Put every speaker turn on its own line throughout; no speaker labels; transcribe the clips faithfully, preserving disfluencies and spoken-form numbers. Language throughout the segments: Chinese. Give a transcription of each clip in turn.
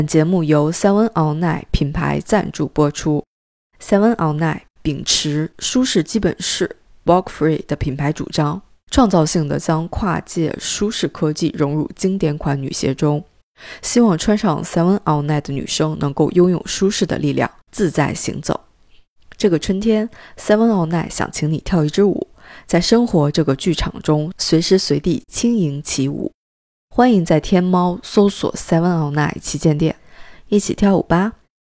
本节目由 Seven All Night 品牌赞助播出。Seven All Night 秉持舒适基本式 Walk Free 的品牌主张，创造性的将跨界舒适科技融入经典款女鞋中，希望穿上 Seven All Night 的女生能够拥有舒适的力量，自在行走。这个春天 Seven All Night 想请你跳一支舞，在生活这个剧场中随时随地轻盈起舞。欢迎在天猫搜索 Seven All Night 旗舰店，一起跳舞吧。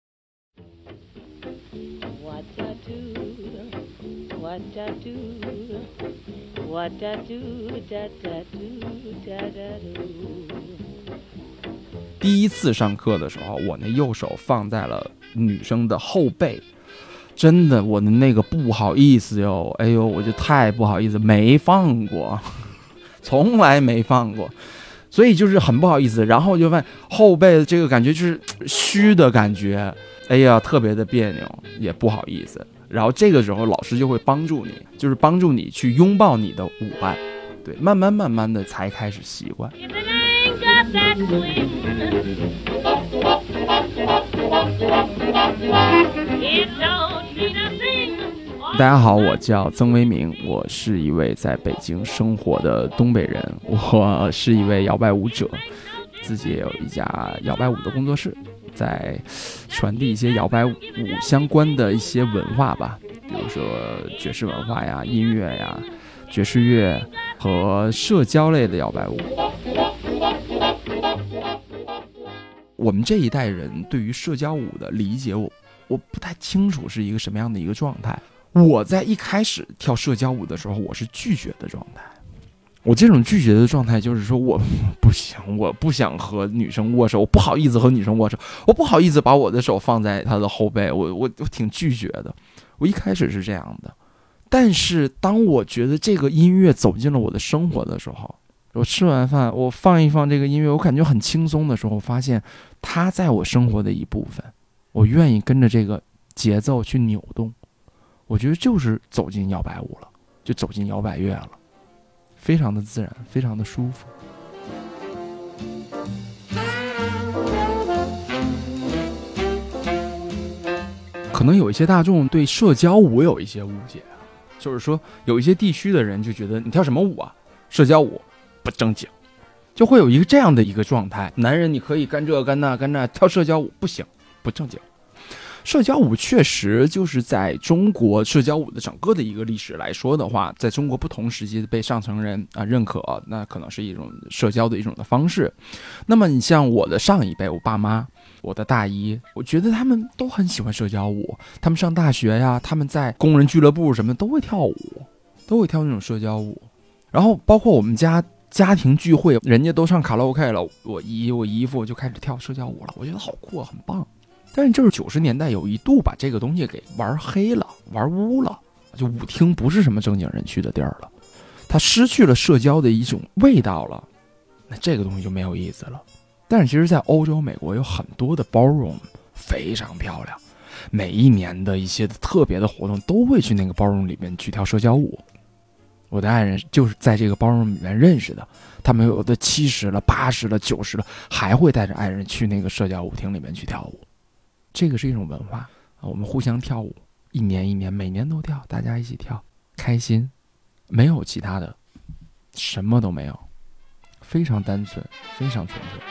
第一次上课的时候，我那右手放在了女生的后背，真的我的那个不好意思哟，哎呦，我就太不好意思，没放过，从来没放过，所以就是很不好意思。然后就发现后背的这个感觉就是虚的感觉，哎呀，特别的别扭，也不好意思。然后这个时候老师就会帮助你，就是帮助你去拥抱你的舞伴，对，慢慢慢慢的才开始习惯。大家好，我叫曾维明，我是一位在北京生活的东北人，我是一位摇摆舞者，自己也有一家摇摆舞的工作室，在传递一些摇摆舞相关的一些文化吧，比如说爵士文化呀、音乐呀、爵士乐和社交类的摇摆舞。我们这一代人对于社交舞的理解，我我不太清楚是一个什么样的一个状态。我在一开始跳社交舞的时候，我是拒绝的状态。我这种拒绝的状态就是说，我不行，我不想和女生握手，我不好意思和女生握手，我不好意思把我的手放在她的后背，我我我挺拒绝的。我一开始是这样的，但是当我觉得这个音乐走进了我的生活的时候，我吃完饭，我放一放这个音乐，我感觉很轻松的时候，发现它在我生活的一部分，我愿意跟着这个节奏去扭动。我觉得就是走进摇摆舞了，就走进摇摆乐了，非常的自然，非常的舒服。可能有一些大众对社交舞有一些误解，就是说有一些地区的人就觉得你跳什么舞啊，社交舞不正经，就会有一个这样的一个状态，男人你可以干这干那干那，跳社交舞不行，不正经。社交舞确实就是在中国社交舞的整个的一个历史来说的话，在中国不同时期被上层人啊认可，那可能是一种社交的一种的方式。那么你像我的上一辈，我爸妈，我的大姨，我觉得他们都很喜欢社交舞，他们上大学呀，他们在工人俱乐部什么都会跳舞，都会跳那种社交舞。然后包括我们家家庭聚会，人家都上卡拉 OK 了，我姨我姨夫就开始跳社交舞了，我觉得好酷，很棒。但是就是九十年代有一度把这个东西给玩黑了，玩污了，就舞厅不是什么正经人去的地儿了，它失去了社交的一种味道了，那这个东西就没有意思了。但是其实在欧洲美国有很多的包容，非常漂亮，每一年的一些特别的活动都会去那个包容里面去跳社交舞。我的爱人就是在这个包容里面认识的，他们有的七十了八十了九十了，还会带着爱人去那个社交舞厅里面去跳舞。这个是一种文化，我们互相跳舞，一年一年每年都跳，大家一起跳，开心，没有其他的，什么都没有，非常单纯，非常纯粹。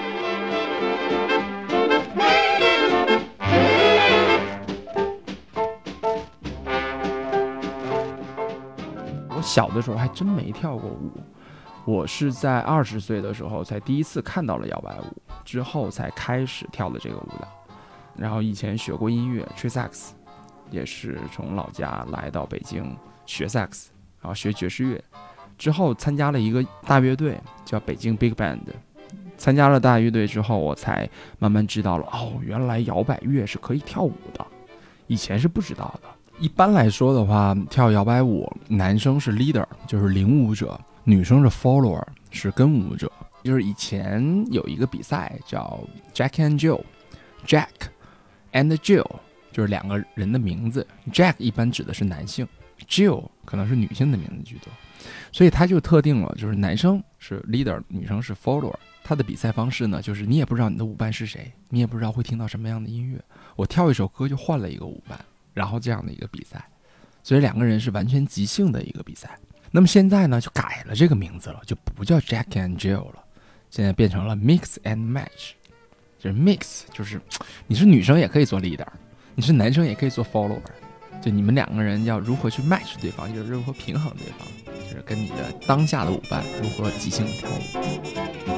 我小的时候还真没跳过舞，我是在二十岁的时候才第一次看到了摇摆舞，之后才开始跳的这个舞蹈。然后以前学过音乐，吹萨克斯，也是从老家来到北京学萨克斯，然后学爵士乐，之后参加了一个大乐队叫北京 Big Band。参加了大乐队之后，我才慢慢知道了，哦，原来摇摆乐是可以跳舞的，以前是不知道的。一般来说的话，跳摇摆舞，男生是 leader， 就是领舞者，女生是 follower， 是跟舞者。就是以前有一个比赛叫 Jack and Jill，Jack and Jill 就是两个人的名字， Jack 一般指的是男性， Jill 可能是女性的名字居多，所以他就特定了，就是男生是 leader， 女生是 follower。他的比赛方式呢，就是你也不知道你的舞伴是谁，你也不知道会听到什么样的音乐，我跳一首歌就换了一个舞伴，然后这样的一个比赛，所以两个人是完全即兴的一个比赛。那么现在呢，就改了这个名字了，就不叫 Jack and Jill 了，现在变成了 Mix and Match。就是 mix， 就是你是女生也可以做 leader， 你是男生也可以做 follower， 就你们两个人要如何去 match 对方，就是如何平衡对方，就是跟你的当下的舞伴如何即兴的跳舞。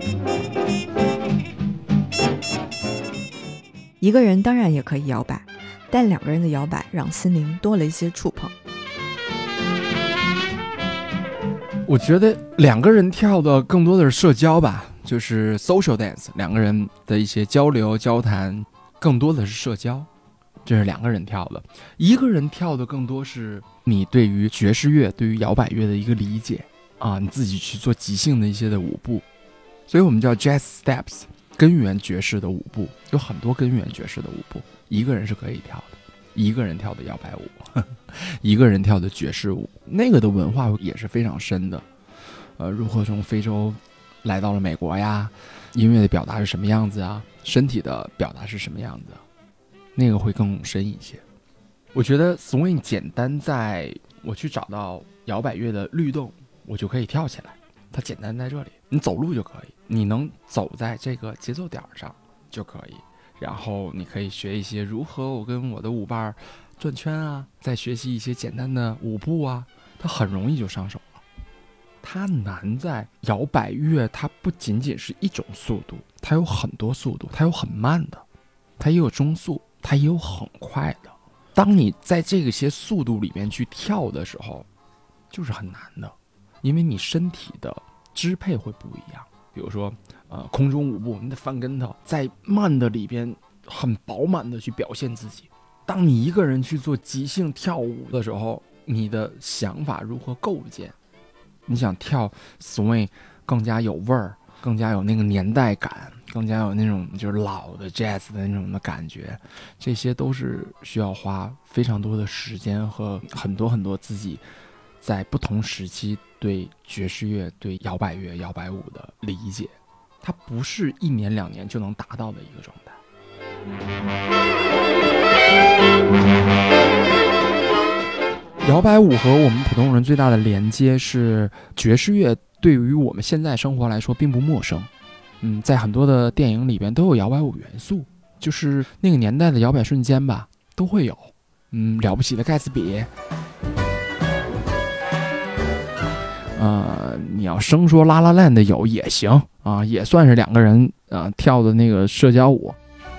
一个人当然也可以摇摆，但两个人的摇摆让心灵多了一些触碰。
我觉得两个人跳的更多的是社交吧，就是 social dance， 两个人的一些交流交谈更多的是社交，这是两个人跳的。一个人跳的更多是你对于爵士乐对于摇摆乐的一个理解啊，你自己去做即兴的一些的舞步，所以我们叫 jazz steps， 根源爵士的舞步，有很多根源爵士的舞步，一个人是可以跳的，一个人跳的摇摆舞呵呵，一个人跳的爵士舞，那个的文化也是非常深的。呃，如何从非洲来到了美国呀，音乐的表达是什么样子啊，身体的表达是什么样子，那个会更深一些。我觉得 swing 简单在我去找到摇摆乐的律动，我就可以跳起来，它简单在这里，你走路就可以，你能走在这个节奏点上就可以，然后你可以学一些如何我跟我的舞伴转圈啊，再学习一些简单的舞步啊，它很容易就上手了。它难在摇摆乐，它不仅仅是一种速度，它有很多速度，它有很慢的，它也有中速，它也有很快的。当你在这些速度里面去跳的时候，就是很难的，因为你身体的支配会不一样。比如说，呃，空中舞步，你得翻跟头，在慢的里边很饱满的去表现自己。当你一个人去做即兴跳舞的时候，你的想法如何构建？你想跳 swing 更加有味儿，更加有那个年代感，更加有那种就是老的 jazz 的那种的感觉，这些都是需要花非常多的时间和很多很多自己在不同时期对爵士乐、对摇摆乐、摇摆舞的理解，它不是一年两年就能达到的一个状态。摇摆舞和我们普通人最大的连接是爵士乐，对于我们现在生活来说并不陌生。嗯，在很多的电影里边都有摇摆舞元素，就是那个年代的摇摆瞬间吧，都会有。嗯，了不起的盖茨比，呃，你要生说拉拉烂的有也行啊，也算是两个人啊跳的那个社交舞。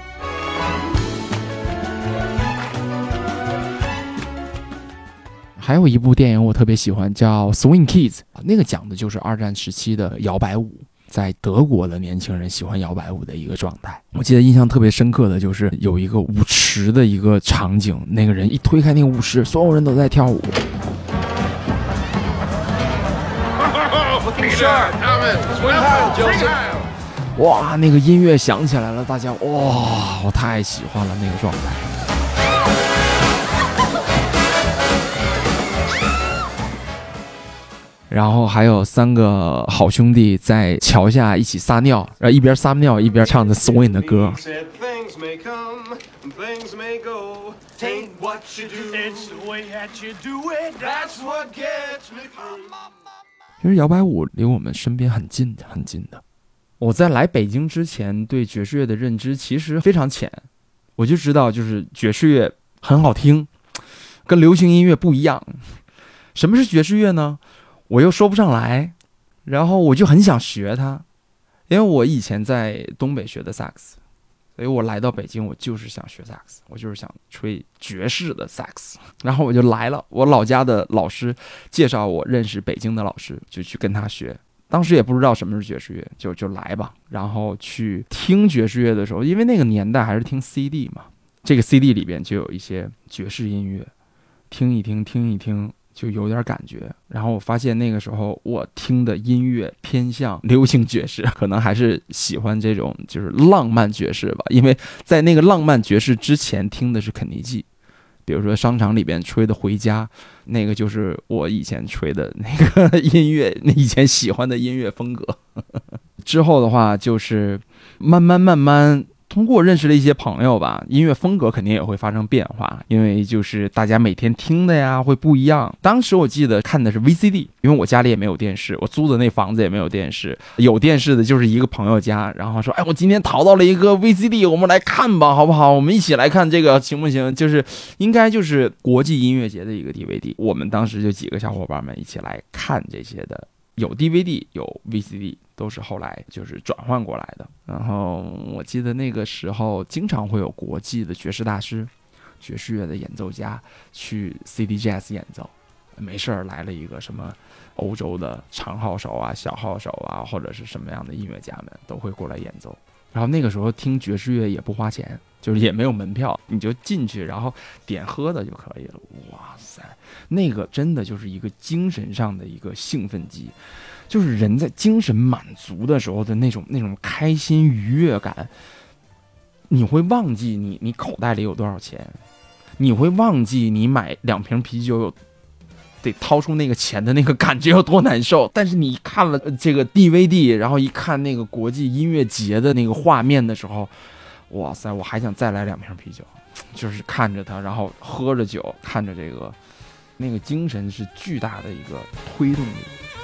还有一部电影我特别喜欢，叫《Swing Kids》，那个讲的就是二战时期的摇摆舞，在德国的年轻人喜欢摇摆舞的一个状态。我记得印象特别深刻的就是有一个舞池的一个场景，那个人一推开那个舞池，所有人都在跳舞。哇，那个音乐响起来了，大家哇，我太喜欢了那个状态。然后还有三个好兄弟在桥下一起撒尿，然后一边撒尿一边唱着 swing 的歌。其实摇摆舞离我们身边很近的，很近的。我在来北京之前对爵士乐的认知其实非常浅，我就知道就是爵士乐很好听，跟流行音乐不一样。什么是爵士乐呢？我又说不上来，然后我就很想学它，因为我以前在东北学的萨克斯，所以我来到北京，我就是想学萨克斯，我就是想吹爵士的萨克斯，然后我就来了。我老家的老师介绍我认识北京的老师，就去跟他学。当时也不知道什么是爵士乐，就就来吧。然后去听爵士乐的时候，因为那个年代还是听 C D 嘛，这个 C D 里边就有一些爵士音乐，听一听，听一听。就有点感觉，然后我发现那个时候我听的音乐偏向流行爵士，可能还是喜欢这种就是浪漫爵士吧，因为在那个浪漫爵士之前听的是肯尼基， 比如说商场里边吹的回家，那个就是我以前吹的那个音乐，那以前喜欢的音乐风格。之后的话就是慢慢慢慢通过认识了一些朋友吧，音乐风格肯定也会发生变化，因为就是大家每天听的呀会不一样。当时我记得看的是 V C D， 因为我家里也没有电视，我租的那房子也没有电视，有电视的就是一个朋友家，然后说哎，我今天淘到了一个 V C D， 我们来看吧好不好，我们一起来看这个行不行，就是应该就是国际音乐节的一个 D V D， 我们当时就几个小伙伴们一起来看这些的，有 D V D 有 V C D，都是后来就是转换过来的。然后我记得那个时候经常会有国际的爵士大师、爵士乐的演奏家去 C D Jazz 演奏，没事儿来了一个什么欧洲的长号手啊、小号手啊，或者是什么样的音乐家们都会过来演奏。然后那个时候听爵士乐也不花钱，就是也没有门票，你就进去然后点喝的就可以了。哇塞，那个真的就是一个精神上的一个兴奋剂，就是人在精神满足的时候的那种那种开心愉悦感，你会忘记你你口袋里有多少钱，你会忘记你买两瓶啤酒有得掏出那个钱的那个感觉有多难受。但是你看了这个 D V D， 然后一看那个国际音乐节的那个画面的时候，哇塞，我还想再来两瓶啤酒，就是看着它，然后喝着酒，看着这个，那个精神是巨大的一个推动力。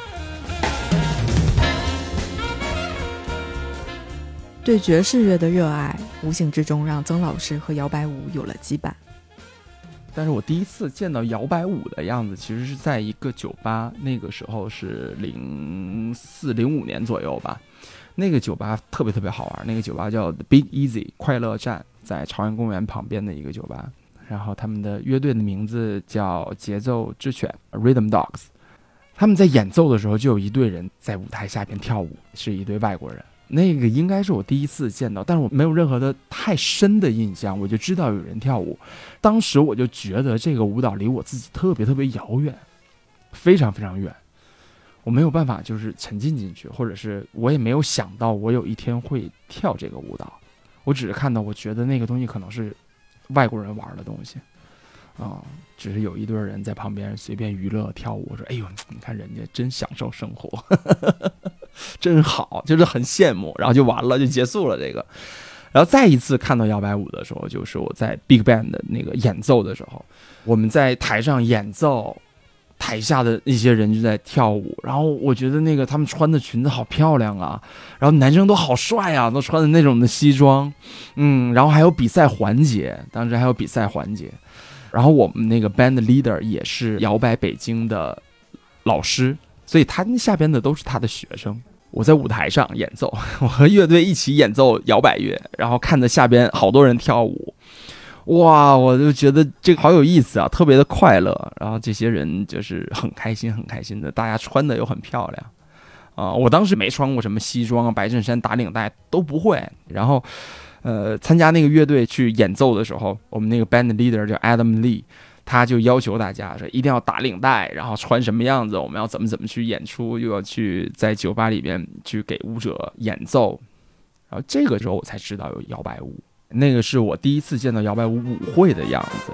对爵士乐的热爱，无形之中让曾老师和摇摆舞有了羁绊。
但是我第一次见到摇摆舞的样子，其实是在一个酒吧，那个时候是零四零五年左右吧。那个酒吧特别特别好玩，那个酒吧叫 The Big Easy 快乐站，在朝阳公园旁边的一个酒吧。然后他们的乐队的名字叫节奏之犬 Rhythm Dogs。他们在演奏的时候就有一队人在舞台下边跳舞，是一堆外国人。那个应该是我第一次见到，但是我没有任何的太深的印象，我就知道有人跳舞。当时我就觉得这个舞蹈离我自己特别特别遥远，非常非常远，我没有办法就是沉浸进去，或者是我也没有想到我有一天会跳这个舞蹈。我只是看到，我觉得那个东西可能是外国人玩的东西啊、嗯，只是有一堆人在旁边随便娱乐跳舞，我说哎呦，你看人家真享受生活真好，就是很羡慕，然后就完了，就结束了这个。然后再一次看到摇摆舞的时候，就是我在 Big Band 的那个演奏的时候，我们在台上演奏，台下的一些人就在跳舞，然后我觉得那个他们穿的裙子好漂亮啊，然后男生都好帅啊，都穿的那种的西装，嗯，然后还有比赛环节，当时还有比赛环节，然后我们那个 band leader 也是摇摆北京的老师，所以他下边的都是他的学生。我在舞台上演奏，我和乐队一起演奏摇摆乐，然后看着下边好多人跳舞，哇，我就觉得这个好有意思啊，特别的快乐。然后这些人就是很开心很开心的，大家穿的又很漂亮啊、呃！我当时没穿过什么西装啊、白衬衫、打领带都不会。然后呃，参加那个乐队去演奏的时候，我们那个 band leader 叫 Adam Lee， 他就要求大家说一定要打领带，然后穿什么样子，我们要怎么怎么去演出，又要去在酒吧里面去给舞者演奏。然后这个时候我才知道有摇摆舞，那个是我第一次见到摇摆舞舞会的样子。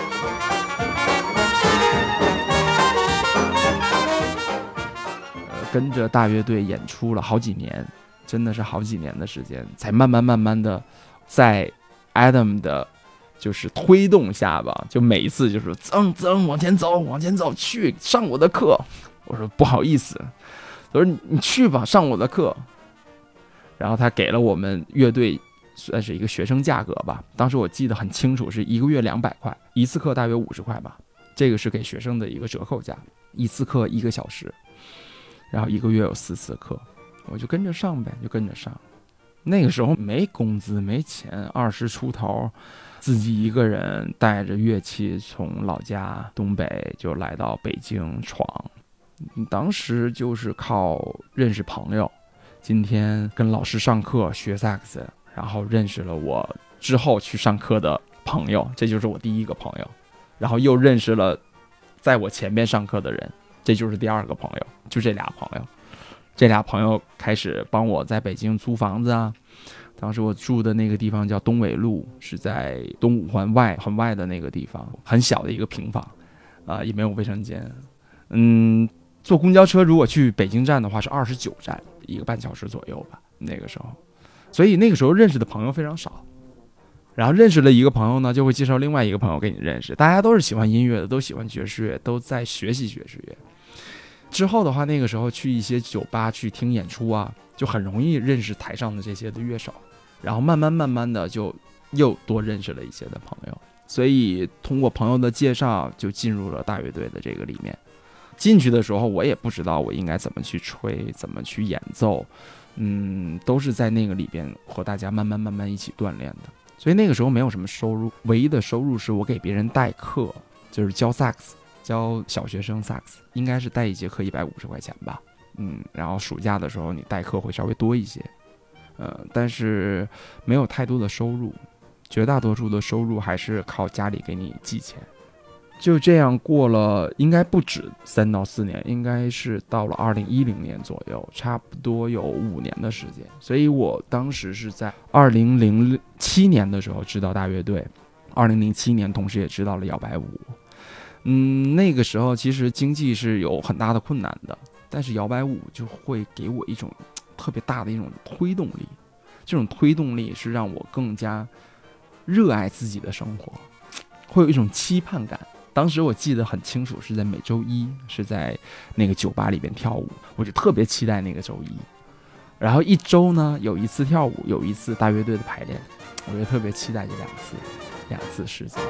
呃，跟着大乐队演出了好几年，真的是好几年的时间，才慢慢慢慢的在 Adam 的就是推动下吧，就每一次就是增增往前走往前走，去上我的课。我说不好意思，我说你去吧，上我的课。然后他给了我们乐队算是一个学生价格吧，当时我记得很清楚，是一个月两百块，一次课大约五十块吧，这个是给学生的一个折扣价，一次课一个小时，然后一个月有四次课，我就跟着上呗，就跟着上。那个时候没工资没钱，二十出头，自己一个人带着乐器从老家东北就来到北京闯，当时就是靠认识朋友。今天跟老师上课学萨克斯，然后认识了我之后去上课的朋友，这就是我第一个朋友。然后又认识了在我前面上课的人，这就是第二个朋友。就这俩朋友，这俩朋友开始帮我在北京租房子啊， 当时我住的那个地方叫东纬路，是在东五环外很外的那个地方，很小的一个平房啊、呃，也没有卫生间。嗯，坐公交车如果去北京站的话是二十九站，一个半小时左右吧，那个时候。所以那个时候认识的朋友非常少。然后认识了一个朋友呢，就会介绍另外一个朋友给你认识，大家都是喜欢音乐的，都喜欢爵士乐，都在学习爵士乐。之后的话，那个时候去一些酒吧去听演出啊，就很容易认识台上的这些的乐手，然后慢慢慢慢的就又多认识了一些的朋友，所以通过朋友的介绍就进入了大乐队的这个里面。进去的时候我也不知道我应该怎么去吹，怎么去演奏，嗯，都是在那个里边和大家慢慢慢慢一起锻炼的。所以那个时候没有什么收入，唯一的收入是我给别人代课，就是教萨克斯，教小学生萨克斯，应该是带一节课一百五十块钱吧，嗯，然后暑假的时候你代课会稍微多一些，呃，但是没有太多的收入，绝大多数的收入还是靠家里给你寄钱。就这样过了，应该不止三到四年，应该是到了二零一零年左右，差不多有五年的时间。所以我当时是在二零零七年的时候知道大乐队，二零零七年同时也知道了摇摆舞。嗯，那个时候其实经济是有很大的困难的，但是摇摆舞就会给我一种特别大的一种推动力，这种推动力是让我更加热爱自己的生活，会有一种期盼感。当时我记得很清楚，是在每周一是在那个酒吧里边跳舞，我就特别期待那个周一。然后一周呢有一次跳舞，有一次大乐队的排练，我就特别期待这两次两次事情。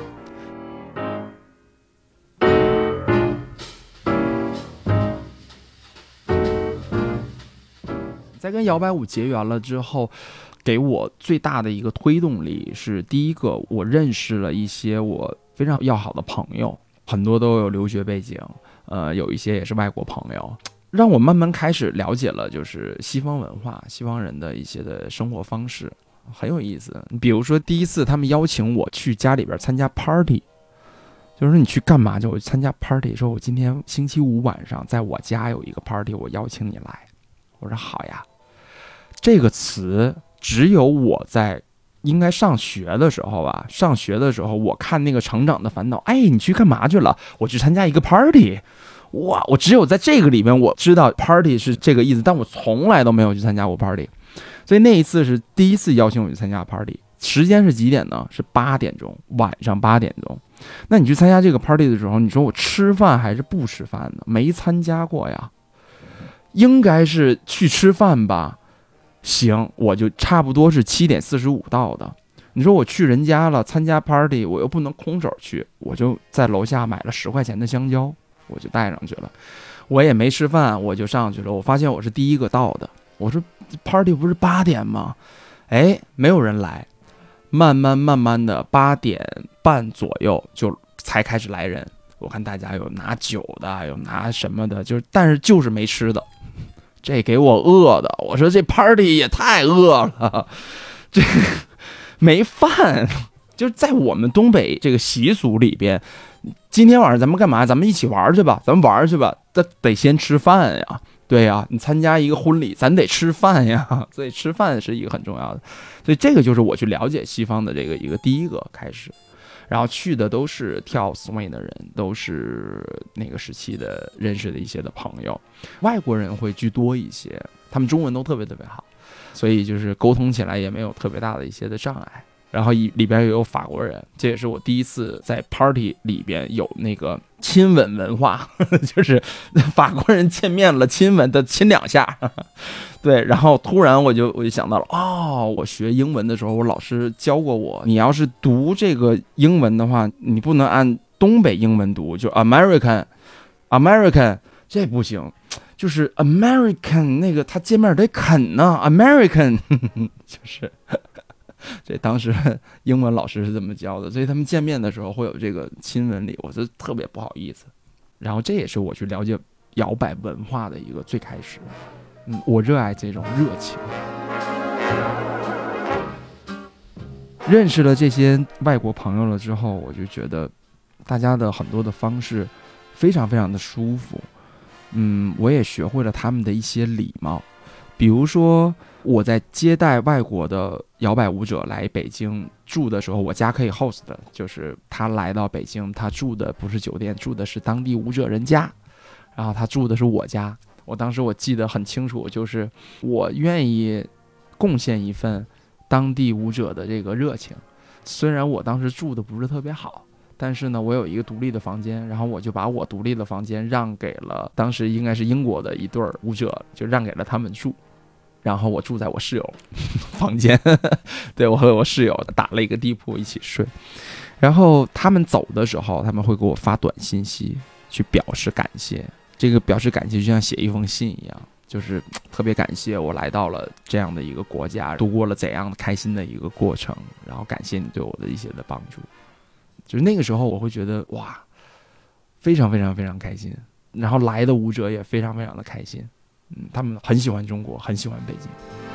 在跟摇摆舞结缘了之后，给我最大的一个推动力是，第一个，我认识了一些我非常要好的朋友，很多都有留学背景，呃，有一些也是外国朋友，让我慢慢开始了解了就是西方文化，西方人的一些的生活方式，很有意思。比如说第一次他们邀请我去家里边参加 party， 就是说你去干嘛，就我参加 party， 说我今天星期五晚上在我家有一个 party， 我邀请你来。我说好呀。这个词只有我在应该上学的时候吧，上学的时候我看那个《成长的烦恼》，哎，你去干嘛去了？我去参加一个 party。哇，我只有在这个里面我知道 party 是这个意思，但我从来都没有去参加过 party。所以那一次是第一次邀请我去参加 party， 时间是几点呢？是八点钟，晚上八点钟。那你去参加这个 party 的时候，你说我吃饭还是不吃饭呢？没参加过呀，应该是去吃饭吧。行，我就差不多是七点四十五到的。你说我去人家了参加 party， 我又不能空手去，我就在楼下买了十块钱的香蕉，我就带上去了。我也没吃饭，我就上去了。我发现我是第一个到的。我说 party 不是八点吗？哎，没有人来。慢慢慢慢的，八点半左右就才开始来人。我看大家有拿酒的，有拿什么的，就是但是就是没吃的。这给我饿的，我说这 party 也太饿了，这没饭。就是在我们东北这个习俗里边，今天晚上咱们干嘛？咱们一起玩去吧，咱们玩去吧，得得先吃饭呀。对呀，你参加一个婚礼，咱得吃饭呀，所以吃饭是一个很重要的。所以这个就是我去了解西方的这个一个第一个开始。然后去的都是跳 swing 的人，都是那个时期的认识的一些的朋友，外国人会居多一些，他们中文都特别特别好，所以就是沟通起来也没有特别大的一些的障碍。然后里边也有法国人，这也是我第一次在 party 里边有那个亲吻文化，就是法国人见面了亲吻的亲两下。对，然后突然我就我就想到了，哦，我学英文的时候，我老师教过我，你要是读这个英文的话，你不能按东北英文读，就 American American 这不行，就是 American 那个他见面得啃呢 American 就是这当时英文老师是这么教的，所以他们见面的时候会有这个亲吻礼，我就特别不好意思。然后这也是我去了解摇摆文化的一个最开始。嗯，我热爱这种热情。认识了这些外国朋友了之后，我就觉得大家的很多的方式非常非常的舒服。嗯，我也学会了他们的一些礼貌。比比如说我在接待外国的摇摆舞者来北京住的时候，我家可以 host 的，就是他来到北京，他住的不是酒店，住的是当地舞者人家，然后他住的是我家。我当时我记得很清楚，就是我愿意贡献一份当地舞者的这个热情。虽然我当时住的不是特别好，但是呢我有一个独立的房间，然后我就把我独立的房间让给了当时应该是英国的一对舞者，就让给了他们住，然后我住在我室友房间对，我和我室友打了一个地铺一起睡。然后他们走的时候他们会给我发短信息去表示感谢，这个表示感谢就像写一封信一样，就是特别感谢我来到了这样的一个国家，度过了怎样开心的一个过程，然后感谢你对我的一些的帮助。就是那个时候我会觉得哇，非常非常非常开心，然后来的舞者也非常非常的开心，嗯，他们很喜欢中国，很喜欢北京。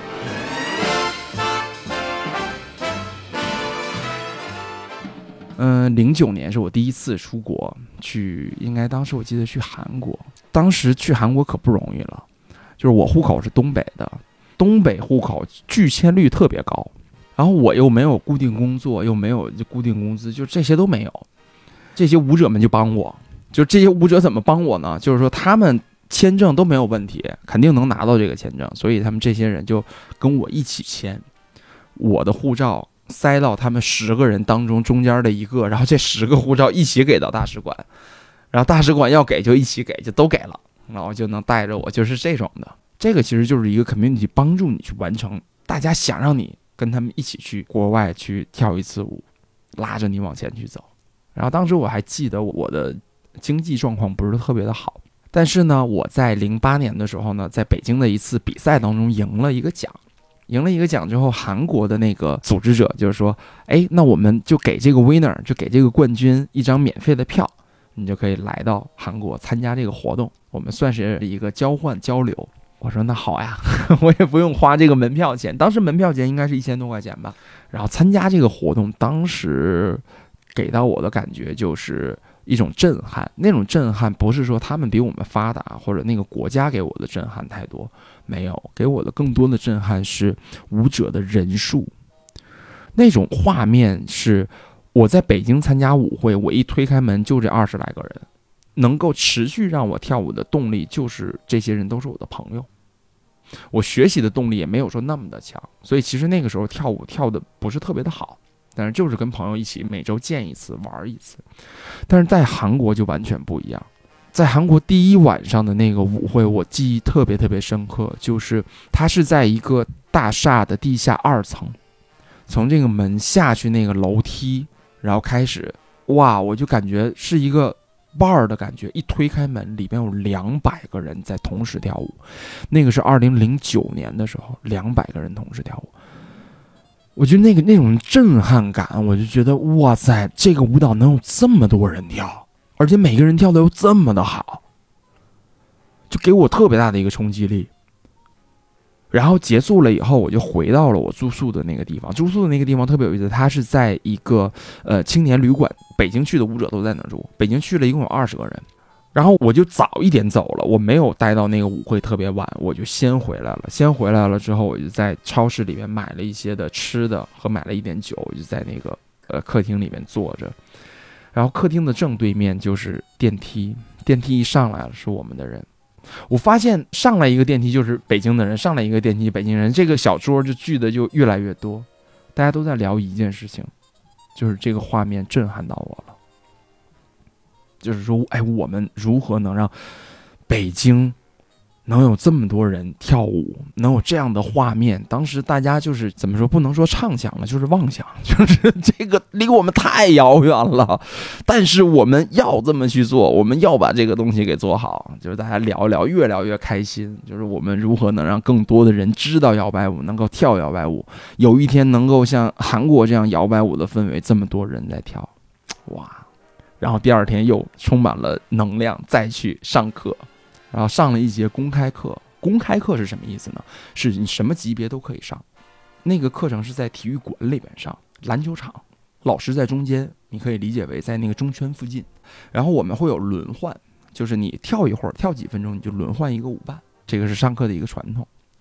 嗯，零九年是我第一次出国去，应该当时我记得去韩国，当时去韩国可不容易了，就是我户口是东北的，东北户口拒签率特别高，然后我又没有固定工作，又没有固定工资，就这些都没有。这些舞者们就帮我，就这些舞者怎么帮我呢？就是说他们签证都没有问题，肯定能拿到这个签证，所以他们这些人就跟我一起签，我的护照塞到他们十个人当中中间的一个，然后这十个护照一起给到大使馆，然后大使馆要给就一起给，就都给了，然后就能带着我，就是这种的。这个其实就是一个 community 帮助你去完成，大家想让你跟他们一起去国外去跳一次舞，拉着你往前去走。然后当时我还记得我的经济状况不是特别的好，但是呢我在零八年的时候呢，在北京的一次比赛当中赢了一个奖，赢了一个奖之后，韩国的那个组织者就是说，哎，那我们就给这个 winner 就给这个冠军一张免费的票，你就可以来到韩国参加这个活动，我们算是一个交换交流。我说那好呀，我也不用花这个门票钱，当时门票钱应该是一千多块钱吧。然后参加这个活动，当时给到我的感觉就是一种震撼，那种震撼不是说他们比我们发达或者那个国家给我的震撼太多，没有，给我的更多的震撼是舞者的人数。那种画面是我在北京参加舞会，我一推开门就这二十来个人，能够持续让我跳舞的动力就是这些人都是我的朋友，我学习的动力也没有说那么的强，所以其实那个时候跳舞跳的不是特别的好，但是就是跟朋友一起每周见一次玩一次。但是在韩国就完全不一样，在韩国第一晚上的那个舞会我记忆特别特别深刻，就是它是在一个大厦的地下二层，从这个门下去那个楼梯，然后开始，哇，我就感觉是一个 bar 的感觉，一推开门里边有两百个人在同时跳舞，那个是二零零九年的时候，两百个人同时跳舞，我觉得那个那种震撼感，我就觉得哇塞，这个舞蹈能有这么多人跳，而且每个人跳的又这么的好，就给我特别大的一个冲击力。然后结束了以后，我就回到了我住宿的那个地方。住宿的那个地方特别有意思，它是在一个呃青年旅馆，北京去的舞者都在那儿住。北京去了一共有二十个人，然后我就早一点走了，我没有待到那个舞会特别晚，我就先回来了。先回来了之后，我就在超市里面买了一些的吃的和买了一点酒，我就在那个呃客厅里面坐着。然后客厅的正对面就是电梯，电梯一上来了是我们的人。我发现上来一个电梯就是北京的人，上来一个电梯北京人，这个小桌就聚的就越来越多，大家都在聊一件事情，就是这个画面震撼到我了，就是说，哎，我们如何能让北京能有这么多人跳舞，能有这样的画面？当时大家就是怎么说，不能说畅想了，就是妄想，就是这个离我们太遥远了。但是我们要这么去做，我们要把这个东西给做好。就是大家聊一聊，越聊越开心。就是我们如何能让更多的人知道摇摆舞，能够跳摇摆舞，有一天能够像韩国这样摇摆舞的氛围，这么多人在跳，哇！然后第二天又充满了能量，再去上课。然后上了一节公开课，公开课是什么意思呢？是你什么级别都可以上。那个课程是在体育馆里边上，篮球场，老师在中间，你可以理解为在那个中圈附近。然后我们会有轮换，就是你跳一会儿，跳几分钟，你就轮换一个舞伴，这个是上课的一个传统。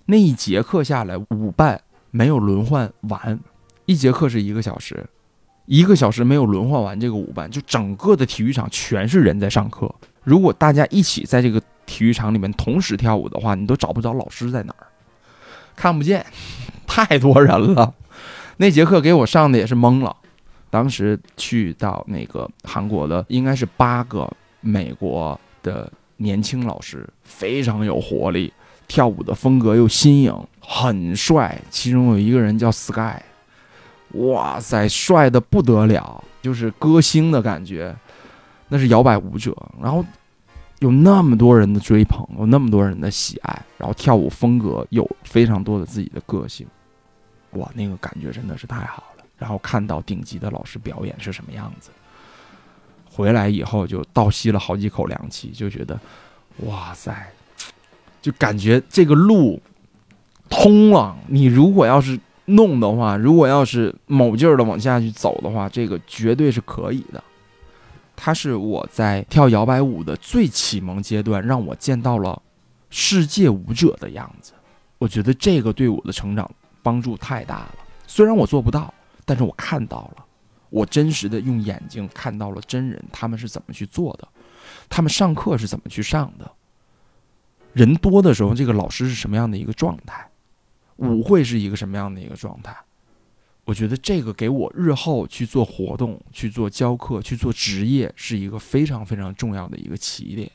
那一节课下来舞伴没有轮换完，一节课是一个小时，一个小时没有轮换完这个舞伴，就整个的体育场全是人在上课。如果大家一起在这个体育场里面同时跳舞的话，你都找不着老师在哪儿，看不见，太多人了。那节课给我上的也是懵了。当时去到那个韩国的应该是八个美国的年轻老师，非常有活力，跳舞的风格又新颖，很帅。其中有一个人叫 Sky， 哇塞，帅得不得了，就是歌星的感觉，那是摇摆舞者。然后有那么多人的追捧，有那么多人的喜爱，然后跳舞风格有非常多的自己的个性，哇，那个感觉真的是太好了。然后看到顶级的老师表演是什么样子，回来以后就倒吸了好几口凉气，就觉得哇塞，就感觉这个路通了。你如果要是弄的话，如果要是某劲儿的往下去走的话，这个绝对是可以的。它是我在跳摇摆舞的最启蒙阶段，让我见到了世界舞者的样子。我觉得这个对我的成长帮助太大了。虽然我做不到，但是我看到了，我真实的用眼睛看到了真人他们是怎么去做的，他们上课是怎么去上的，人多的时候这个老师是什么样的一个状态，舞会是一个什么样的一个状态。我觉得这个给我日后去做活动，去做教课，去做职业是一个非常非常重要的一个起点。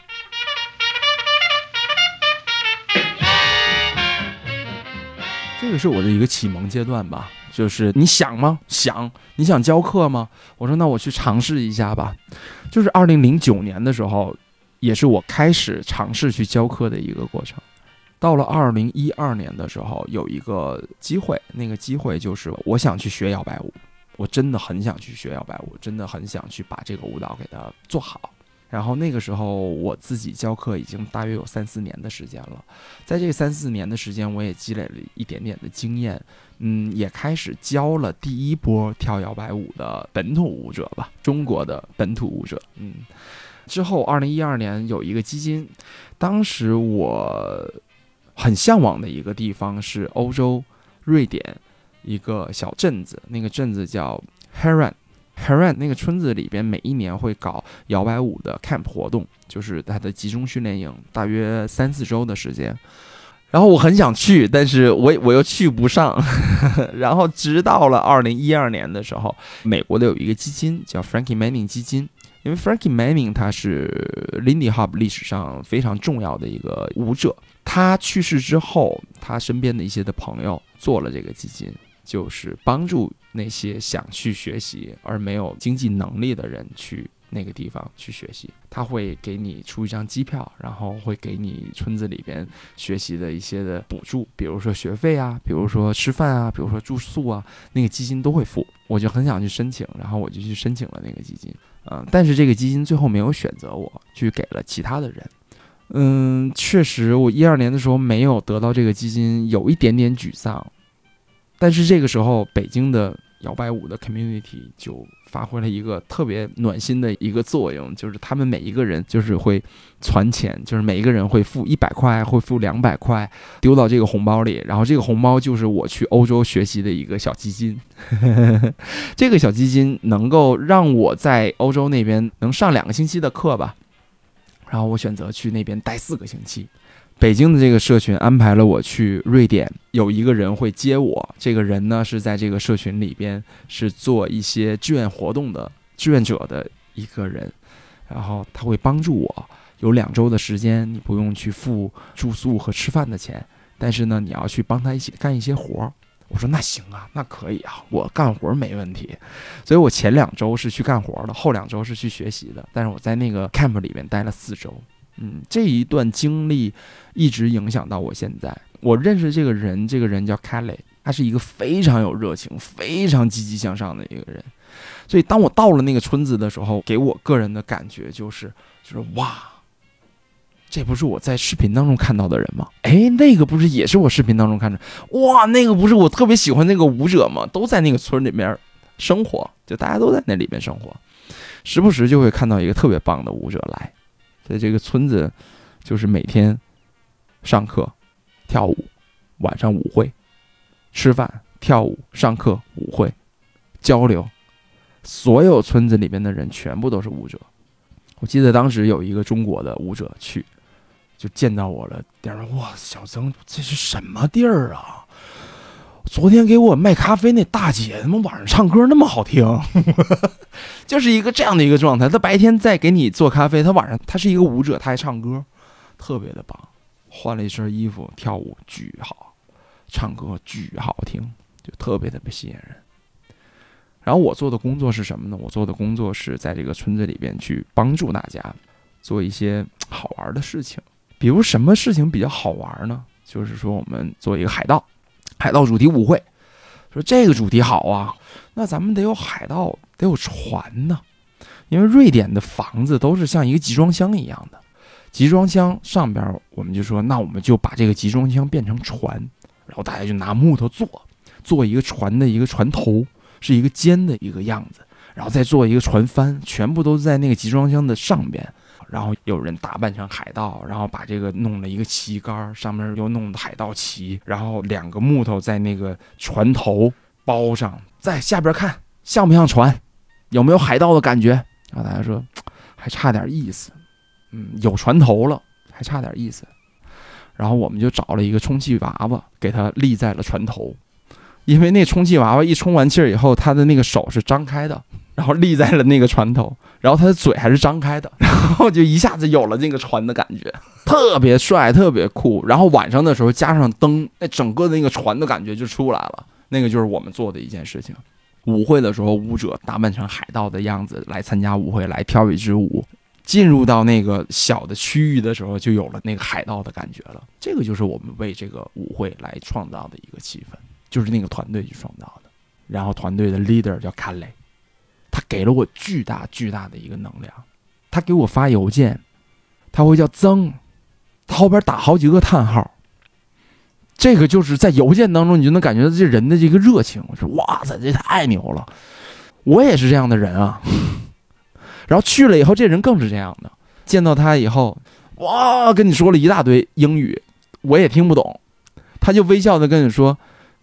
这个是我的一个启蒙阶段吧，就是你想吗？想，你想教课吗？我说那我去尝试一下吧。就是二零零九年的时候，也是我开始尝试去教课的一个过程。到了二零一二年的时候，有一个机会，那个机会就是我想去学摇摆舞，我真的很想去学摇摆舞，真的很想去把这个舞蹈给它做好。然后那个时候我自己教课已经大约有三四年的时间了，在这三四年的时间，我也积累了一点点的经验，嗯，也开始教了第一波跳摇摆舞的本土舞者吧，中国的本土舞者，嗯。之后二零一二年有一个基金，当时我很向往的一个地方是欧洲瑞典一个小镇子，那个镇子叫 Heran。Heran 那个村子里边每一年会搞摇摆舞的 camp 活动，就是它的集中训练营，大约三四周的时间。然后我很想去，但是我我又去不上。然后直到了二零一二年的时候，美国的有一个基金叫 Frankie Manning 基金。因为 Frankie Manning 他是 Lindy Hop 历史上非常重要的一个舞者，他去世之后，他身边的一些的朋友做了这个基金，就是帮助那些想去学习而没有经济能力的人去那个地方去学习。他会给你出一张机票，然后会给你村子里边学习的一些的补助，比如说学费啊，比如说吃饭啊，比如说住宿啊，那个基金都会付。我就很想去申请，然后我就去申请了那个基金。嗯，但是这个基金最后没有选择我，去给了其他的人。嗯，确实，我一二年的时候没有得到这个基金，有一点点沮丧。但是这个时候，北京的摇摆舞的 community 就发挥了一个特别暖心的一个作用，就是他们每一个人就是会攒钱，就是每一个人会付一百块，会付两百块，丢到这个红包里，然后这个红包就是我去欧洲学习的一个小基金。这个小基金能够让我在欧洲那边能上两个星期的课吧，然后我选择去那边待四个星期。北京的这个社群安排了我去瑞典，有一个人会接我，这个人呢是在这个社群里边是做一些志愿活动的志愿者的一个人，然后他会帮助我，有两周的时间，你不用去付住宿和吃饭的钱，但是呢你要去帮他一起干一些活。我说那行啊，那可以啊，我干活没问题。所以我前两周是去干活的，后两周是去学习的，但是我在那个 camp 里面待了四周。嗯，这一段经历一直影响到我现在。我认识这个人，这个人叫 Kelly， 他是一个非常有热情、非常积极向上的一个人。所以当我到了那个村子的时候，给我个人的感觉就是，就是哇，这不是我在视频当中看到的人吗？哎，那个不是也是我视频当中看着？哇，那个不是我特别喜欢那个舞者吗？都在那个村里面生活，就大家都在那里面生活，时不时就会看到一个特别棒的舞者来。在这个村子，就是每天上课、跳舞， 晚上舞会，吃饭、跳舞、上课、舞会、交流，所有村子里面的人全部都是舞者。我记得当时有一个中国的舞者去，就见到我了，点说：“哇，小曾，这是什么地儿啊？昨天给我卖咖啡那大姐，他妈晚上唱歌那么好听。”就是一个这样的一个状态。他白天在给你做咖啡，他晚上他是一个舞者，他还唱歌，特别的棒。换了一身衣服，跳舞巨好，唱歌巨好听，就特别特别吸引人。然后我做的工作是什么呢？我做的工作是在这个村子里边去帮助大家做一些好玩的事情。比如什么事情比较好玩呢？就是说我们做一个海盗海盗主题舞会，说这个主题好啊，那咱们得有海盗，得有船呢。因为瑞典的房子都是像一个集装箱一样的，集装箱上边我们就说，那我们就把这个集装箱变成船，然后大家就拿木头做做一个船的一个船头，是一个尖的一个样子，然后再做一个船帆，全部都在那个集装箱的上边。然后有人打扮成海盗，然后把这个弄了一个旗杆，上面又弄的海盗旗，然后两个木头在那个船头包上，在下边看像不像船，有没有海盗的感觉。然后大家说还差点意思，嗯，有船头了，还差点意思。然后我们就找了一个充气娃娃，给它立在了船头，因为那充气娃娃一充完气儿以后，他的那个手是张开的，然后立在了那个船头，然后他的嘴还是张开的，然后就一下子有了那个船的感觉，特别帅，特别酷。然后晚上的时候加上灯，那整个的那个船的感觉就出来了。那个就是我们做的一件事情。舞会的时候，舞者打扮成海盗的样子来参加舞会，来跳一支舞。进入到那个小的区域的时候，就有了那个海盗的感觉了。这个就是我们为这个舞会来创造的一个气氛，就是那个团队去创造的。然后团队的 leader 叫卡雷，他给了我巨大巨大的一个能量。他给我发邮件，他会叫曾，他后边打好几个叹号。这个就是在邮件当中，你就能感觉到这人的这个热情。我说哇塞，这太牛了！我也是这样的人啊。然后去了以后，这人更是这样的。见到他以后，哇，跟你说了一大堆英语，我也听不懂。他就微笑的跟你说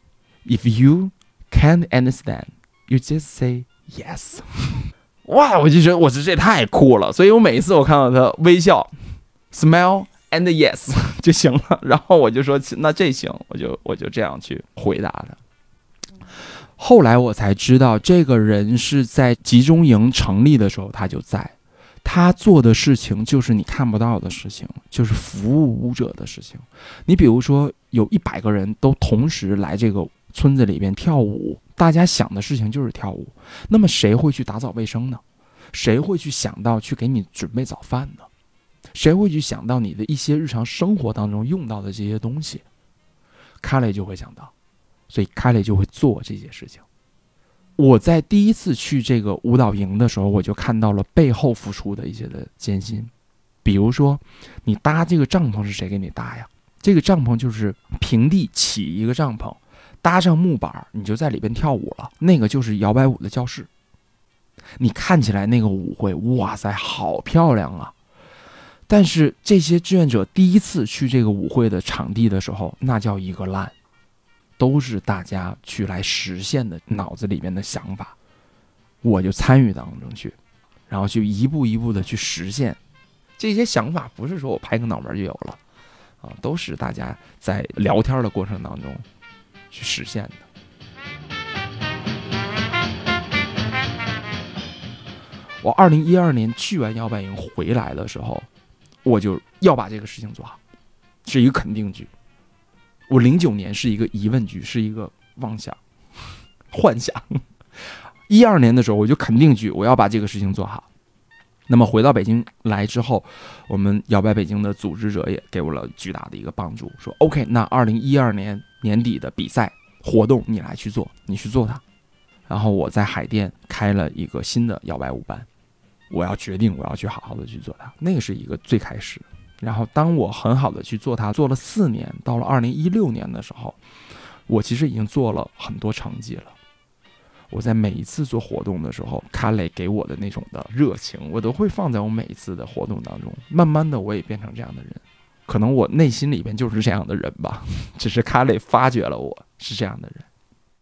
，If you can't understand, you just say yes。哇，我就觉得我这这太酷了。所以我每一次我看到他微笑 ，smile and yes 就行了。然后我就说那这行，我就我就这样去回答他。后来我才知道，这个人是在集中营成立的时候他就在，他做的事情就是你看不到的事情，就是服务舞者的事情。你比如说有一百个人都同时来这个村子里边跳舞，大家想的事情就是跳舞，那么谁会去打扫卫生呢？谁会去想到去给你准备早饭呢？谁会去想到你的一些日常生活当中用到的这些东西？卡雷就会想到，所以卡雷就会做这些事情。我在第一次去这个舞蹈营的时候，我就看到了背后付出的一些的艰辛。比如说你搭这个帐篷是谁给你搭呀？这个帐篷就是平地起一个帐篷，搭上木板，你就在里边跳舞了，那个就是摇摆舞的教室。你看起来那个舞会，哇塞，好漂亮啊！但是这些志愿者第一次去这个舞会的场地的时候，那叫一个烂，都是大家去来实现的脑子里面的想法，我就参与当中去，然后就一步一步的去实现这些想法。不是说我拍个脑门就有了啊，都是大家在聊天的过程当中去实现的。我二零一二年去完摇摆营回来的时候，我就要把这个事情做好，是一个肯定句。我零九年是一个疑问句，是一个妄想、幻想。一二年的时候，我就肯定句，我要把这个事情做好。那么回到北京来之后，我们摇摆北京的组织者也给我了巨大的一个帮助，说 OK， 那二零一二年年底的比赛活动你来去做，你去做它。然后我在海淀开了一个新的摇摆舞班，我要决定我要去好好的去做它，那个是一个最开始。然后当我很好的去做它，做了四年，到了二零一六年的时候，我其实已经做了很多成绩了。我在每一次做活动的时候，卡雷给我的那种的热情，我都会放在我每一次的活动当中。慢慢的，我也变成这样的人。 可能我内心里边就是这样的人吧，只是卡雷发掘了我是这样的人。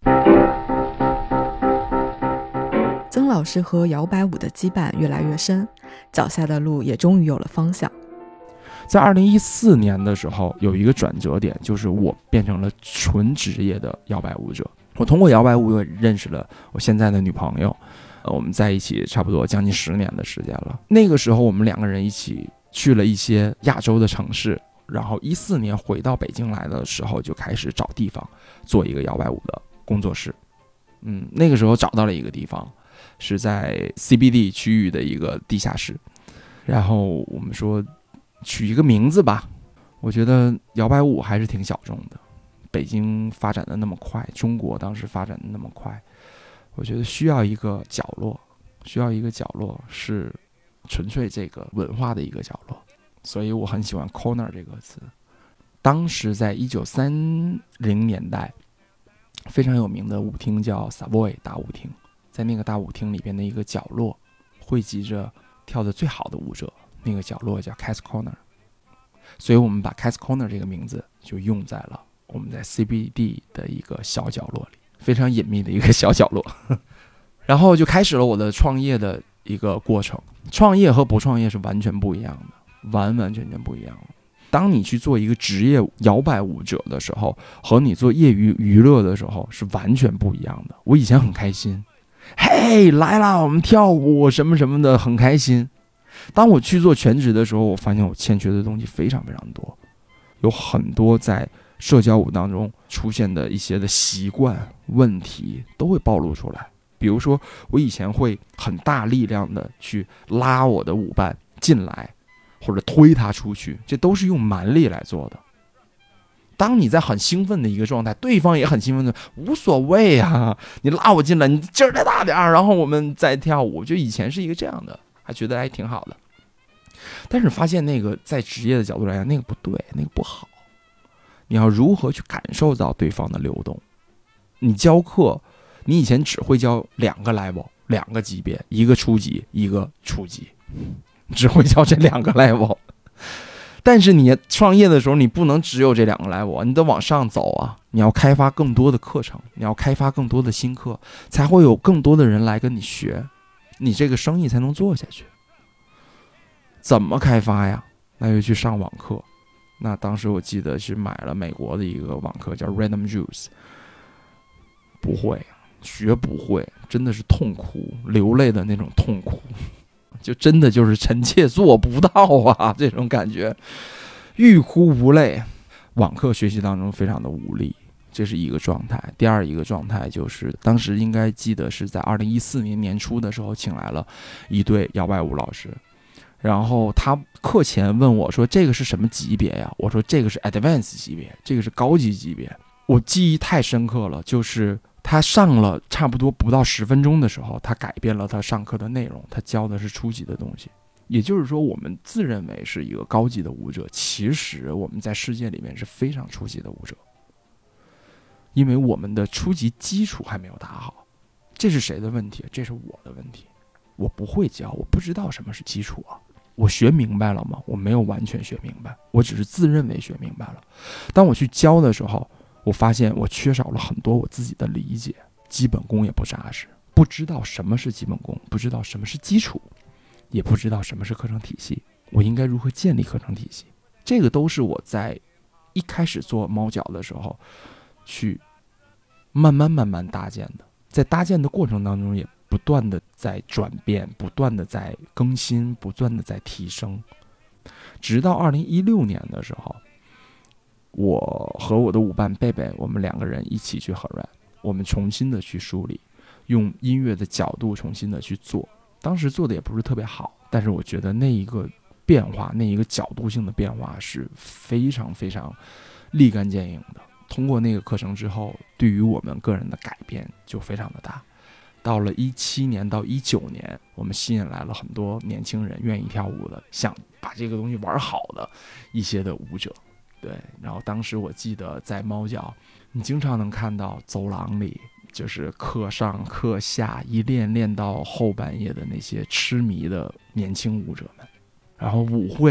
曾老师和摇摆舞的羁绊越来越深，脚下的路也终于有了方向。
在二零一四年的时候，有一个转折点，就是我变成了纯职业的摇摆舞者。我通过摇摆舞认识了我现在的女朋友，呃，我们在一起差不多将近十年的时间了。那个时候，我们两个人一起去了一些亚洲的城市，然后一四年回到北京来的时候，就开始找地方做一个摇摆舞的工作室。嗯，那个时候找到了一个地方，是在 C B D 区域的一个地下室，然后我们说取一个名字吧。我觉得摇摆舞还是挺小众的，北京发展的那么快，中国当时发展的那么快，我觉得需要一个角落，需要一个角落是纯粹这个文化的一个角落，所以我很喜欢 corner 这个词。当时在一九三零年代，非常有名的舞厅叫 Savoy 大舞厅，在那个大舞厅里边的一个角落，汇集着跳得最好的舞者，那个角落叫 Cat's Corner， 所以我们把 Cat's Corner 这个名字就用在了我们在 C B D 的一个小角落里，非常隐秘的一个小角落。然后就开始了我的创业的一个过程。创业和不创业是完全不一样的，完完全全不一样的。当你去做一个职业摇摆舞者的时候，和你做业余娱乐的时候是完全不一样的。我以前很开心，嘿，来啦，我们跳舞什么什么的，很开心。当我去做全职的时候，我发现我欠缺的东西非常非常多，有很多在社交舞当中出现的一些的习惯问题都会暴露出来。比如说，我以前会很大力量的去拉我的舞伴进来，或者推他出去，这都是用蛮力来做的。当你在很兴奋的一个状态，对方也很兴奋的，无所谓啊，你拉我进来，你劲儿再大点儿，然后我们再跳舞。就以前是一个这样的，还觉得还挺好的。但是发现那个在职业的角度来讲，那个不对，那个不好。你要如何去感受到对方的流动？你教课，你以前只会教两个 level， 两个级别，一个初级，一个初级，只会教这两个 level。但是你创业的时候，你不能只有这两个 level， 你得往上走啊！你要开发更多的课程，你要开发更多的新课，才会有更多的人来跟你学，你这个生意才能做下去。怎么开发呀？那就去上网课。那当时我记得是买了美国的一个网课，叫 Rhythm Juice。不会，学不会，真的是痛苦，流泪的那种痛苦。就真的就是臣妾做不到啊，这种感觉，欲哭无泪。网课学习当中非常的无力，这是一个状态。第二一个状态就是当时应该记得是在二零一四年年初的时候，请来了一对摇摆舞老师，然后他课前问我说这个是什么级别呀？我说这个是 advanced 级别，这个是高级级别。我记忆太深刻了，就是他上了差不多不到十分钟的时候，他改变了他上课的内容，他教的是初级的东西。也就是说，我们自认为是一个高级的舞者，其实我们在世界里面是非常初级的舞者，因为我们的初级基础还没有打好。这是谁的问题？这是我的问题。我不会教，我不知道什么是基础啊。我学明白了吗？我没有完全学明白，我只是自认为学明白了。当我去教的时候，我发现我缺少了很多我自己的理解，基本功也不扎实，不知道什么是基本功，不知道什么是基础，也不知道什么是课程体系，我应该如何建立课程体系。这个都是我在一开始做猫脚的时候去慢慢慢慢搭建的，在搭建的过程当中也不断的在转变，不断的在更新，不断的在提升，直到二零一六年的时候，我和我的舞伴贝贝，我们两个人一起去合软，我们重新的去梳理，用音乐的角度重新的去做。当时做的也不是特别好，但是我觉得那一个变化，那一个角度性的变化是非常非常立竿见影的。通过那个课程之后，对于我们个人的改变就非常的大。到了一七年到一九年，我们吸引来了很多年轻人愿意跳舞的，想把这个东西玩好的一些的舞者。对，然后当时我记得在猫脚，你经常能看到走廊里就是课上课下一练练到后半夜的那些痴迷的年轻舞者们，然后舞会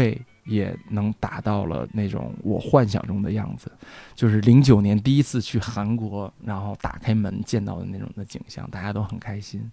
也能达到了那种我幻想中的样子，就是零九年第一次去韩国，然后打开门见到的那种的景象，大家都很开心。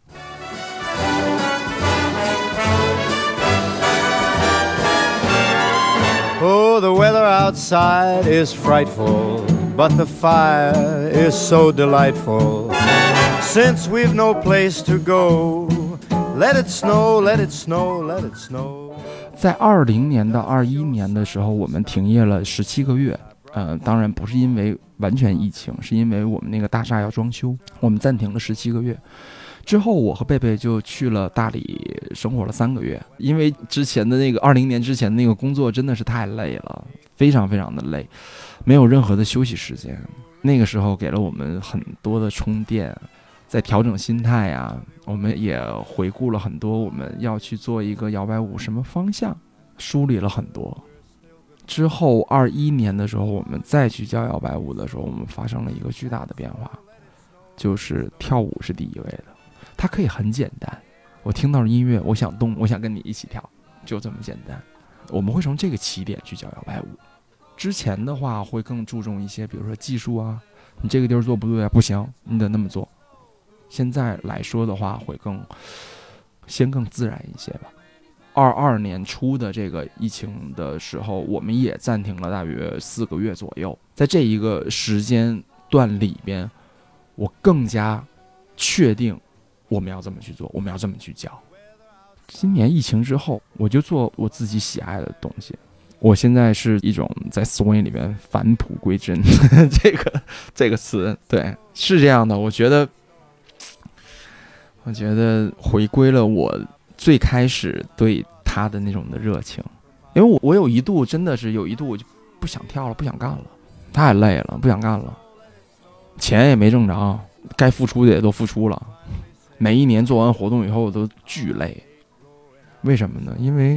Oh, the weather outside is frightful, but the fire is so delightful. Since we've no place to go, let it snow, let it snow, let it snow.
在二零年到二一年的时候，我们停业了十七个月。呃，当然不是因为完全疫情，是因为我们那个大厦要装修，我们暂停了十七个月。之后，我和贝贝就去了大理生活了三个月，因为之前的那个二零年之前的那个工作真的是太累了，非常非常的累，没有任何的休息时间。那个时候给了我们很多的充电，在调整心态啊，我们也回顾了很多我们要去做一个摇摆舞什么方向，梳理了很多。之后二一年的时候，我们再去教摇摆舞的时候，我们发生了一个巨大的变化，就是跳舞是第一位的。它可以很简单，我听到了音乐，我想动，我想跟你一起跳，就这么简单。我们会从这个起点去教摇摆舞。之前的话会更注重一些，比如说技术啊，你这个地儿做不对啊，不行，你得那么做。现在来说的话，会更先更自然一些吧。二二年初的这个疫情的时候，我们也暂停了大约四个月左右。在这一个时间段里边，我更加确定我们要这么去做，我们要这么去教。今年疫情之后，我就做我自己喜爱的东西。我现在是一种在 swing 里面返璞归真这个这个词，对，是这样的。我觉得，我觉得回归了我最开始对他的那种的热情，因为我我有一度真的是有一度我就不想跳了，不想干了，太累了，不想干了，钱也没挣着，该付出的也都付出了，每一年做完活动以后我都巨累，为什么呢？因为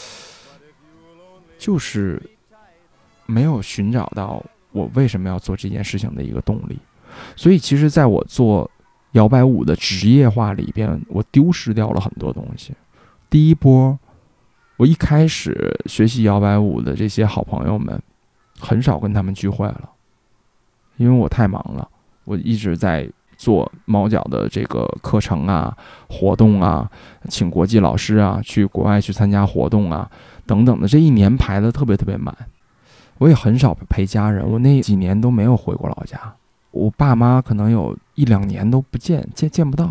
就是没有寻找到我为什么要做这件事情的一个动力，所以其实在我做摇摆舞的职业化里边，我丢失掉了很多东西。第一波，我一开始学习摇摆舞的这些好朋友们，很少跟他们聚会了，因为我太忙了，我一直在做猫脚的这个课程啊、活动啊，请国际老师啊，去国外去参加活动啊等等的，这一年排得特别特别满。我也很少陪家人，我那几年都没有回过老家，我爸妈可能有一两年都不见见见不到。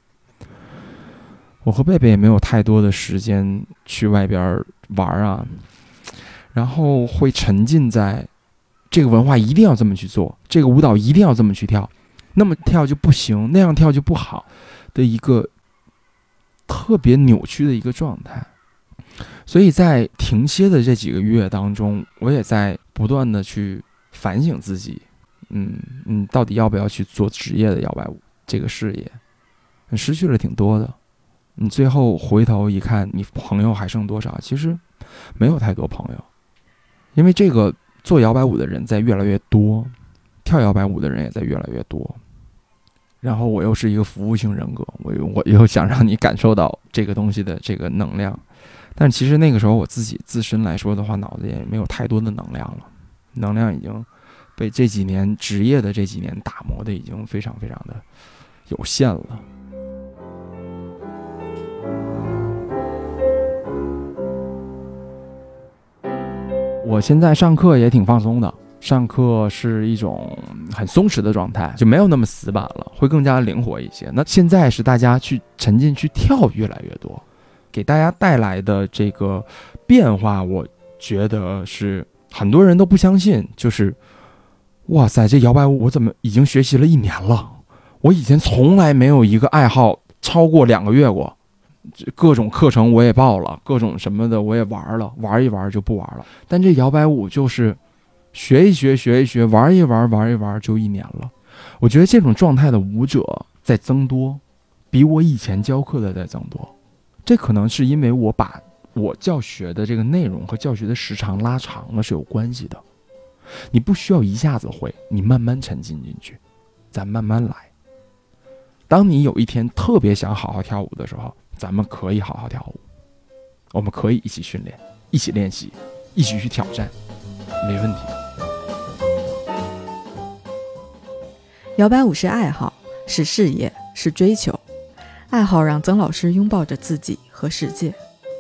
我和贝贝也没有太多的时间去外边玩啊，然后会沉浸在这个文化一定要这么去做，这个舞蹈一定要这么去跳，那么跳就不行，那样跳就不好的一个特别扭曲的一个状态。所以在停歇的这几个月当中，我也在不断的去反省自己，嗯嗯，到底要不要去做职业的摇摆舞这个事业？失去了挺多的。你最后回头一看，你朋友还剩多少？其实没有太多朋友，因为这个做摇摆舞的人在越来越多，跳摇摆舞的人也在越来越多。然后我又是一个服务性人格，我又我又想让你感受到这个东西的这个能量，但其实那个时候我自己自身来说的话，脑子也没有太多的能量了，能量已经被这几年职业的这几年打磨的已经非常非常的有限了。我现在上课也挺放松的，上课是一种很松弛的状态，就没有那么死板了，会更加灵活一些。那现在是大家去沉浸去跳越来越多，给大家带来的这个变化，我觉得是很多人都不相信，就是哇塞，这摇摆舞我怎么已经学习了一年了？我以前从来没有一个爱好超过两个月过。各种课程我也报了，各种什么的我也玩了，玩一玩就不玩了。但这摇摆舞就是学一学学一学，玩一玩玩一玩就一年了。我觉得这种状态的舞者在增多，比我以前教课的在增多。这可能是因为我把我教学的这个内容和教学的时长拉长了是有关系的。你不需要一下子会，你慢慢沉浸进去，咱慢慢来。当你有一天特别想好好跳舞的时候，咱们可以好好跳舞，我们可以一起训练，一起练习， 一起去挑战，没问题。
摇摆舞是爱好，是事业，是追求。爱好让曾老师拥抱着自己和世界。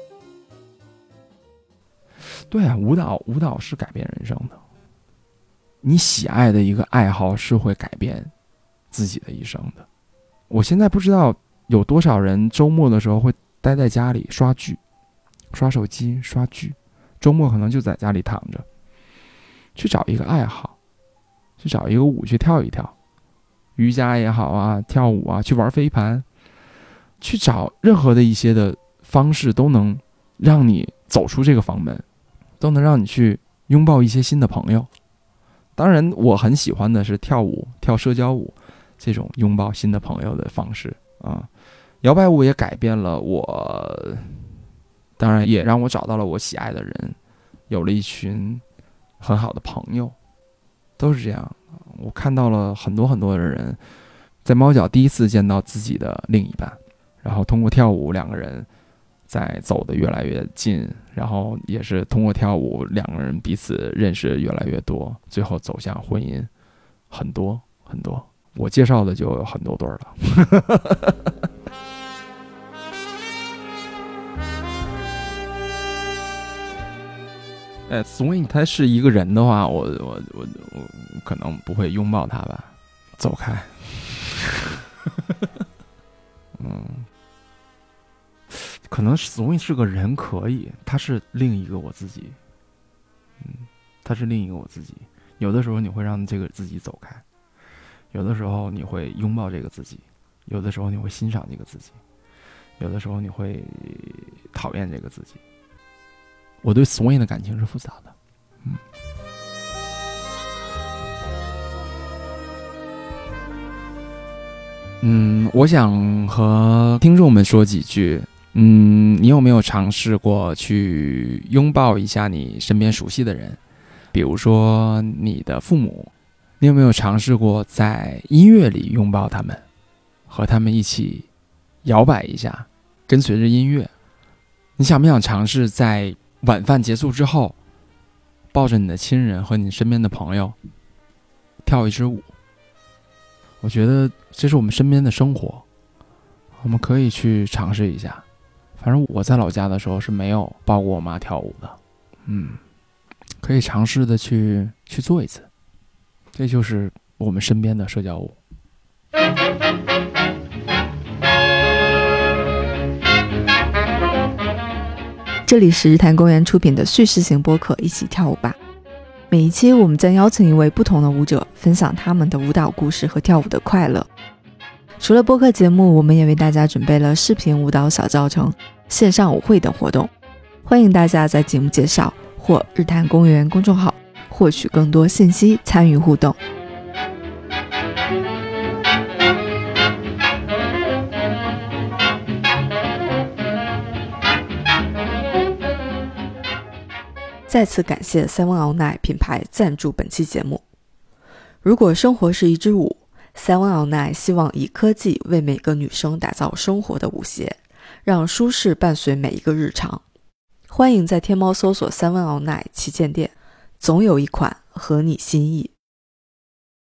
对啊，舞蹈舞蹈是改变人生的。你喜爱的一个爱好是会改变自己的一生的。我现在不知道有多少人周末的时候会待在家里刷剧、刷手机、刷剧，周末可能就在家里躺着，去找一个爱好，去找一个舞去跳一跳，瑜伽也好啊，跳舞啊，去玩飞盘，去找任何的一些的方式，都能让你走出这个房门，都能让你去拥抱一些新的朋友。当然我很喜欢的是跳舞，跳社交舞，这种拥抱新的朋友的方式啊。摇摆舞也改变了我，当然也让我找到了我喜爱的人，有了一群很好的朋友，都是这样。我看到了很多很多的人在猫脚第一次见到自己的另一半，然后通过跳舞两个人在走得越来越近，然后也是通过跳舞两个人彼此认识越来越多，最后走向婚姻，很多很多，我介绍的就有很多对了。哎 ，swing 他是一个人的话，我我我我可能不会拥抱他吧，走开。嗯，可能 swing 是个人可以，他是另一个我自己。嗯，他是另一个我自己。有的时候你会让这个自己走开，有的时候你会拥抱这个自己，有的时候你会欣赏这个自己，有的时候你会讨厌这个自己。我对 swing 的感情是复杂的。嗯，嗯，我想和听众们说几句。嗯，你有没有尝试过去拥抱一下你身边熟悉的人，比如说你的父母？你有没有尝试过在音乐里拥抱他们，和他们一起摇摆一下，跟随着音乐？你想不想尝试在晚饭结束之后，抱着你的亲人和你身边的朋友跳一支舞？我觉得这是我们身边的生活，我们可以去尝试一下。反正我在老家的时候是没有抱过我妈跳舞的，嗯，可以尝试的去去做一次。这就是我们身边的社交舞。
这里是日坛公园出品的叙事型播客一起跳舞吧。每一期我们将邀请一位不同的舞者，分享他们的舞蹈故事和跳舞的快乐。除了播客节目，我们也为大家准备了视频舞蹈小教程、线上舞会等活动，欢迎大家在节目介绍或日坛公园公众号获取更多信息，参与互动。再次感谢 Seven All Night 品牌赞助本期节目。如果生活是一支舞， Seven All Night 希望以科技为每个女生打造生活的舞鞋，让舒适伴随每一个日常。欢迎在天猫搜索 Seven All Night 旗舰店，总有一款合你心意。